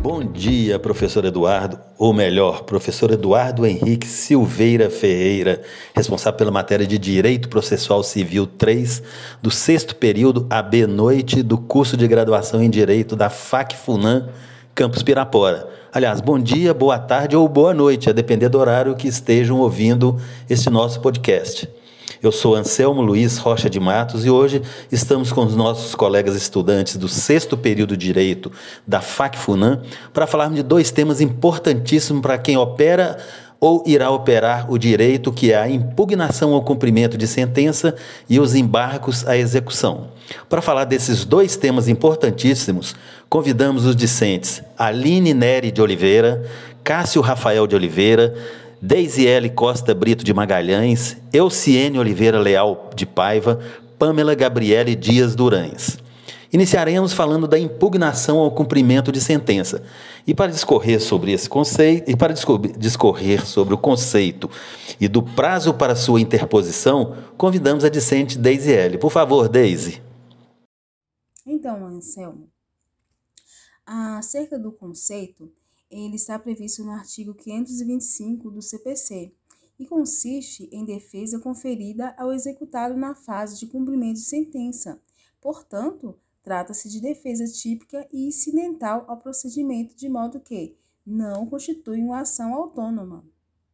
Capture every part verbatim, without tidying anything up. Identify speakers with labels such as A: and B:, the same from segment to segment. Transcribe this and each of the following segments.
A: Bom dia, professor Eduardo, ou melhor, professor Eduardo Henrique Silveira Ferreira, responsável pela matéria de Direito Processual Civil três, do sexto período A B Noite do curso de graduação em Direito da FAC-FUNAM, Campus Pirapora. Aliás, bom dia, boa tarde ou boa noite, a depender do horário que estejam ouvindo este nosso podcast. Eu sou Anselmo Luiz Rocha de Matos e hoje estamos com os nossos colegas estudantes do sexto período de Direito da FAC-FUNAM para falarmos de dois temas importantíssimos para quem opera ou irá operar o direito, que é a impugnação ao cumprimento de sentença e os embargos à execução. Para falar desses dois temas importantíssimos, convidamos os discentes Aline Nery de Oliveira, Cássio Rafael de Oliveira, Deise L. Costa Brito de Magalhães, Euciene Oliveira Leal de Paiva, Pamela Gabriele Dias Durães. Iniciaremos falando da impugnação ao cumprimento de sentença. E para discorrer sobre esse conceito, e para discorrer sobre o conceito e do prazo para sua interposição, convidamos a discente Deise L. Por favor, Deise.
B: Então, Anselmo, acerca do conceito, ele está previsto no artigo quinhentos e vinte e cinco do C P C e consiste em defesa conferida ao executado na fase de cumprimento de sentença. Portanto, trata-se de defesa típica e incidental ao procedimento, de modo que não constitui uma ação autônoma.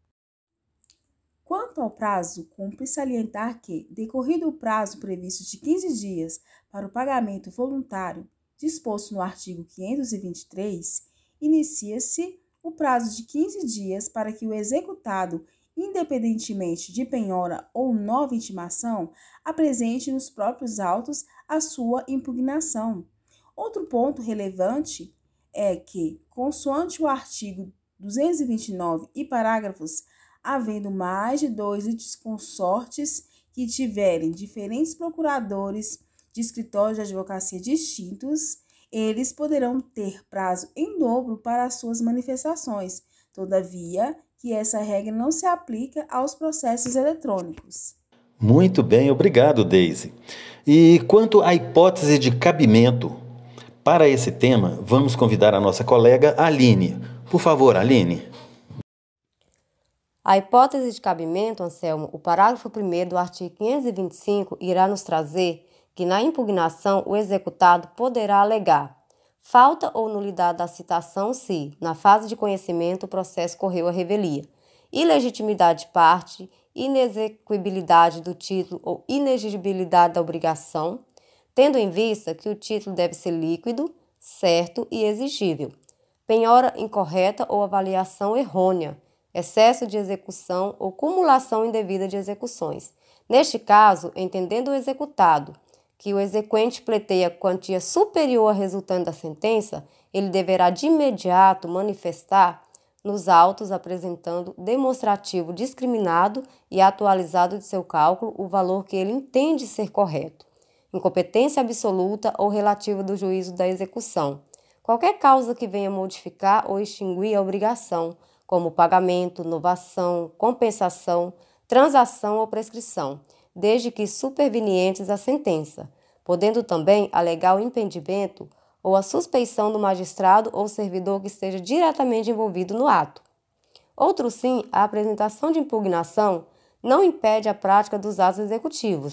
B: Quanto ao prazo, cumpre salientar que, decorrido o prazo previsto de quinze dias para o pagamento voluntário, disposto no artigo quinhentos e vinte e três, inicia-se o prazo de quinze dias para que o executado, independentemente de penhora ou nova intimação, apresente nos próprios autos a sua impugnação. Outro ponto relevante é que, consoante o artigo duzentos e vinte e nove e parágrafos, havendo mais de dois litisconsortes que tiverem diferentes procuradores de escritórios de advocacia distintos, eles poderão ter prazo em dobro para as suas manifestações, todavia que essa regra não se aplica aos processos eletrônicos.
A: Muito bem, obrigado, Deise. E quanto à hipótese de cabimento, para esse tema, vamos convidar a nossa colega Aline. Por favor, Aline.
C: A hipótese de cabimento, Anselmo, o parágrafo primeiro do artigo quinhentos e vinte e cinco irá nos trazer que na impugnação o executado poderá alegar falta ou nulidade da citação se, na fase de conhecimento, o processo correu à revelia, ilegitimidade de parte, inexequibilidade do título ou inexigibilidade da obrigação, tendo em vista que o título deve ser líquido, certo e exigível, penhora incorreta ou avaliação errônea, excesso de execução ou cumulação indevida de execuções. Neste caso, entendendo o executado que o exequente pleiteia quantia superior à resultante da sentença, ele deverá de imediato manifestar nos autos apresentando demonstrativo discriminado e atualizado de seu cálculo o valor que ele entende ser correto, incompetência absoluta ou relativa do juízo da execução, qualquer causa que venha modificar ou extinguir a obrigação, como pagamento, novação, compensação, transação ou prescrição, desde que supervenientes à sentença, podendo também alegar o impedimento ou a suspeição do magistrado ou servidor que esteja diretamente envolvido no ato. Outro sim, a apresentação de impugnação não impede a prática dos atos executivos.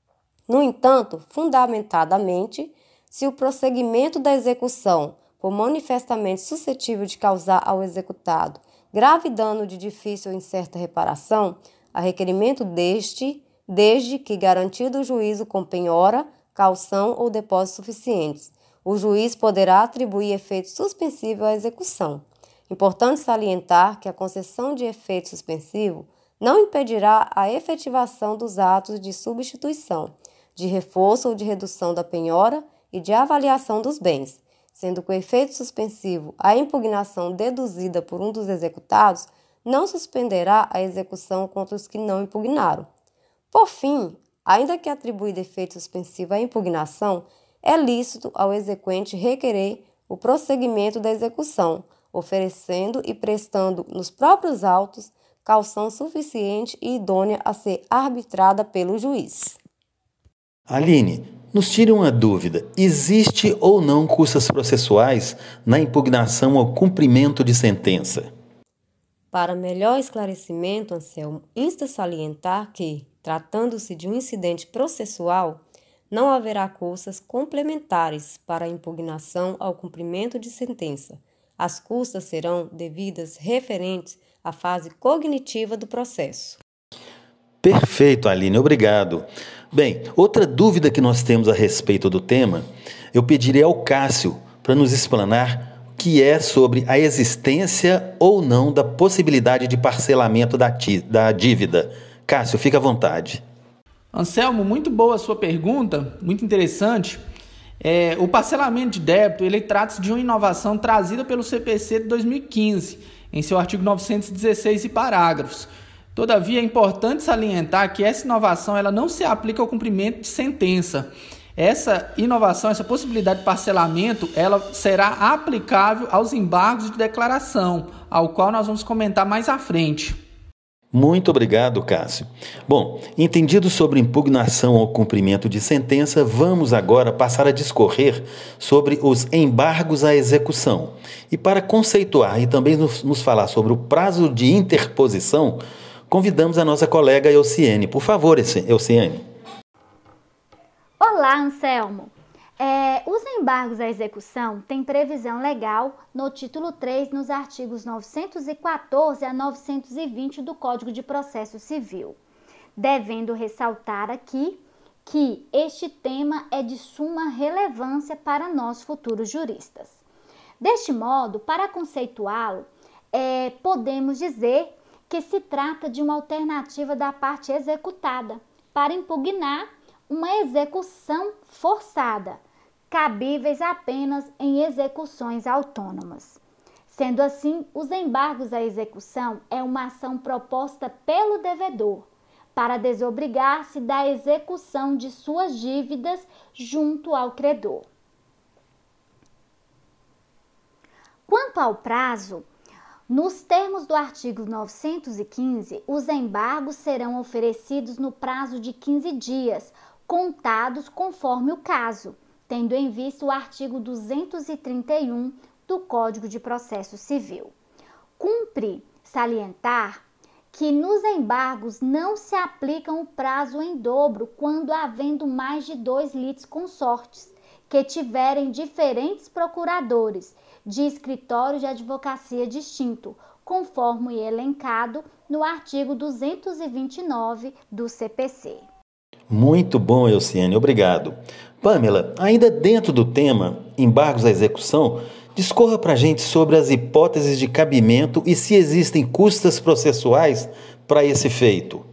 C: No entanto, fundamentadamente, se o prosseguimento da execução for manifestamente suscetível de causar ao executado grave dano de difícil ou incerta reparação, a requerimento deste, desde que garantido o juízo com penhora, caução ou depósito suficientes, o juiz poderá atribuir efeito suspensivo à execução. Importante salientar que a concessão de efeito suspensivo não impedirá a efetivação dos atos de substituição, de reforço ou de redução da penhora e de avaliação dos bens, sendo que o efeito suspensivo, a impugnação deduzida por um dos executados, não suspenderá a execução contra os que não impugnaram. Por fim, ainda que atribuído efeito suspensivo à impugnação, é lícito ao exequente requerer o prosseguimento da execução, oferecendo e prestando nos próprios autos caução suficiente e idônea a ser arbitrada pelo juiz.
A: Aline, Nos tire uma dúvida: existe ou não custas processuais na impugnação ao cumprimento de sentença?
C: Para melhor esclarecimento, Anselmo, insta salientar que, tratando-se de um incidente processual, não haverá custas complementares para a impugnação ao cumprimento de sentença. As custas serão devidas referentes à fase cognitiva do processo.
A: Perfeito, Aline, obrigado. Bem, outra dúvida que nós temos a respeito do tema, eu pediria ao Cássio para nos explanar o que é sobre a existência ou não da possibilidade de parcelamento da, da dívida. Cássio, fica à vontade.
D: Anselmo, muito boa a sua pergunta, muito interessante. É, o parcelamento de débito, ele trata-se de uma inovação trazida pelo C P C de dois mil e quinze, em seu artigo novecentos e dezesseis e parágrafos. Todavia, é importante salientar que essa inovação ela não se aplica ao cumprimento de sentença. Essa inovação, essa possibilidade de parcelamento, ela será aplicável aos embargos de declaração, ao qual nós vamos comentar mais à frente.
A: Muito obrigado, Cássio. Bom, entendido sobre impugnação ao cumprimento de sentença, vamos agora passar a discorrer sobre os embargos à execução. E para conceituar e também nos, nos falar sobre o prazo de interposição, convidamos a nossa colega Elciene. Por favor, Elciene.
E: Olá, Anselmo. É, os embargos à execução têm previsão legal no título três, nos artigos novecentos e quatorze a novecentos e vinte do Código de Processo Civil, devendo ressaltar aqui que este tema é de suma relevância para nós futuros juristas. Deste modo, para conceituá-lo, é, podemos dizer que se trata de uma alternativa da parte executada para impugnar uma execução forçada, cabíveis apenas em execuções autônomas. Sendo assim, os embargos à execução é uma ação proposta pelo devedor para desobrigar-se da execução de suas dívidas junto ao credor. Quanto ao prazo, nos termos do artigo novecentos e quinze, os embargos serão oferecidos no prazo de quinze dias, contados conforme o caso, tendo em vista o artigo duzentos e trinta e um do Código de Processo Civil. Cumpre salientar que nos embargos não se aplicam o prazo em dobro quando havendo mais de dois litisconsortes que tiverem diferentes procuradores de escritório de advocacia distinto, conforme elencado no artigo duzentos e vinte e nove do C P C.
A: Muito bom, Elciene, obrigado. Pamela, ainda dentro do tema embargos à execução, discorra para a gente sobre as hipóteses de cabimento e se existem custas processuais para esse feito.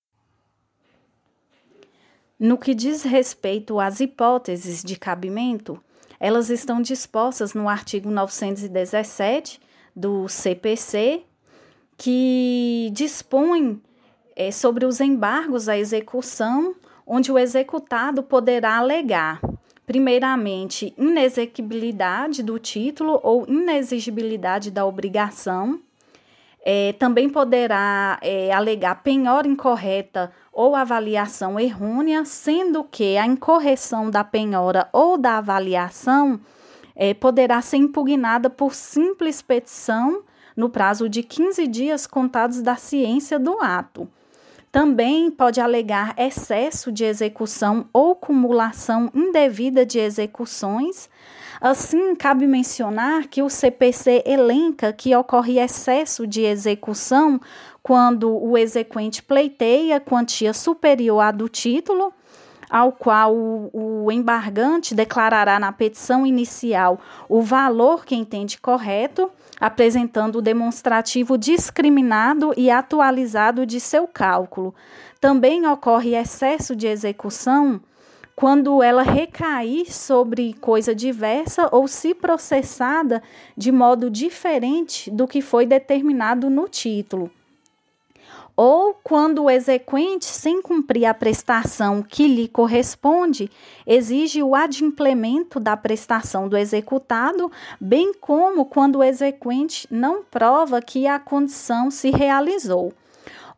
B: No que diz respeito às hipóteses de cabimento, elas estão dispostas no artigo novecentos e dezessete do C P C, que dispõe é, sobre os embargos à execução, onde o executado poderá alegar, primeiramente, inexequibilidade do título ou inexigibilidade da obrigação. É, também poderá é, alegar penhora incorreta ou avaliação errônea, sendo que a incorreção da penhora ou da avaliação é, poderá ser impugnada por simples petição no prazo de quinze dias contados da ciência do ato. Também pode alegar excesso de execução ou cumulação indevida de execuções. Assim, cabe mencionar que o C P C elenca que ocorre excesso de execução quando o exequente pleiteia quantia superior à do título, ao qual o, o embargante declarará na petição inicial o valor que entende correto, apresentando o demonstrativo discriminado e atualizado de seu cálculo. Também ocorre excesso de execução quando ela recair sobre coisa diversa ou se processada de modo diferente do que foi determinado no título. Ou quando o exequente, sem cumprir a prestação que lhe corresponde, exige o adimplemento da prestação do executado, bem como quando o exequente não prova que a condição se realizou.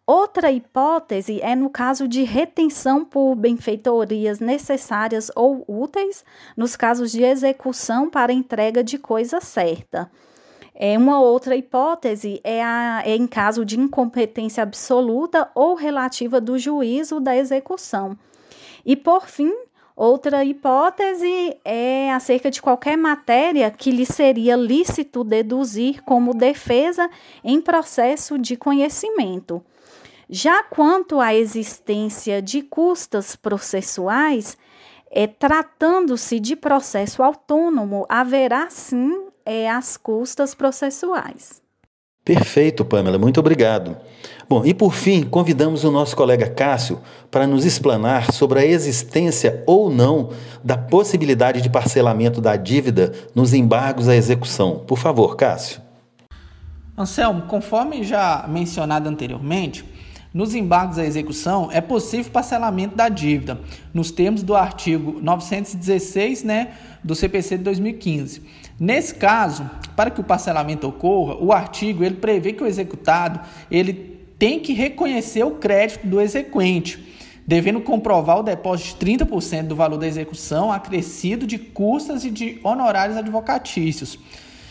F: Outra hipótese é no caso de retenção por benfeitorias necessárias ou úteis, nos casos de execução para entrega de coisa certa. É, uma outra hipótese é, a, é em caso de incompetência absoluta ou relativa do juízo da execução. E, por fim, outra hipótese é acerca de qualquer matéria que lhe seria lícito deduzir como defesa em processo de conhecimento. Já quanto à existência de custas processuais, é, tratando-se de processo autônomo, haverá sim é, as custas processuais.
A: Perfeito, Pamela, muito obrigado. Bom, e por fim, convidamos o nosso colega Cássio para nos explanar sobre a existência ou não da possibilidade de parcelamento da dívida nos embargos à execução. Por favor, Cássio.
D: Anselmo, conforme já mencionado anteriormente, nos embargos à execução é possível parcelamento da dívida, nos termos do artigo novecentos e dezesseis, né, do C P C de dois mil e quinze. Nesse caso, para que o parcelamento ocorra, o artigo ele prevê que o executado ele tem que reconhecer o crédito do exequente, devendo comprovar o depósito de trinta por cento do valor da execução acrescido de custas e de honorários advocatícios.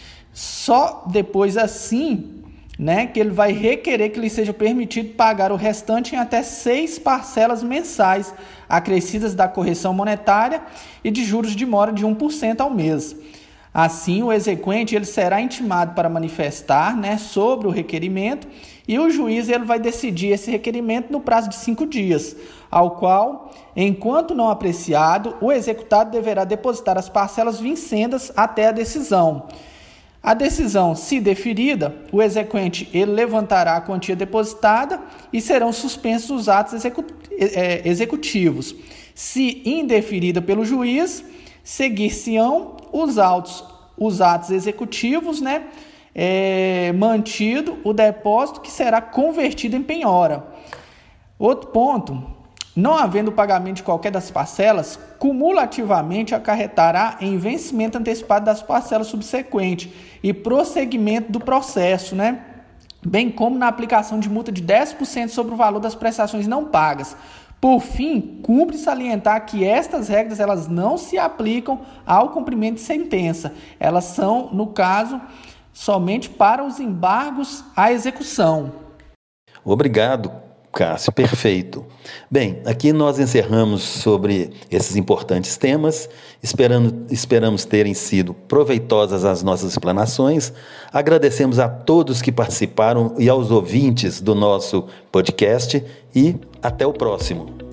D: Só depois assim, né, que ele vai requerer que lhe seja permitido pagar o restante em até seis parcelas mensais, acrescidas da correção monetária e de juros de mora de um por cento ao mês. Assim, o exequente ele será intimado para manifestar, né, sobre o requerimento e o juiz ele vai decidir esse requerimento no prazo de cinco dias, ao qual, enquanto não apreciado, o executado deverá depositar as parcelas vincendas até a decisão. A decisão, se deferida, o exequente ele levantará a quantia depositada e serão suspensos os atos execu- é, executivos. Se indeferida pelo juiz, seguir-se-ão os autos, os atos executivos, né, é, mantido o depósito que será convertido em penhora. Outro ponto, não havendo pagamento de qualquer das parcelas, cumulativamente acarretará em vencimento antecipado das parcelas subsequentes e prosseguimento do processo, né? Bem como na aplicação de multa de dez por cento sobre o valor das prestações não pagas. Por fim, cumpre salientar que estas regras elas não se aplicam ao cumprimento de sentença. Elas são, no caso, somente para os embargos à execução.
A: Obrigado, Cássio, perfeito. Bem, aqui nós encerramos sobre esses importantes temas, esperando, esperamos terem sido proveitosas as nossas explanações. Agradecemos a todos que participaram e aos ouvintes do nosso podcast e até o próximo.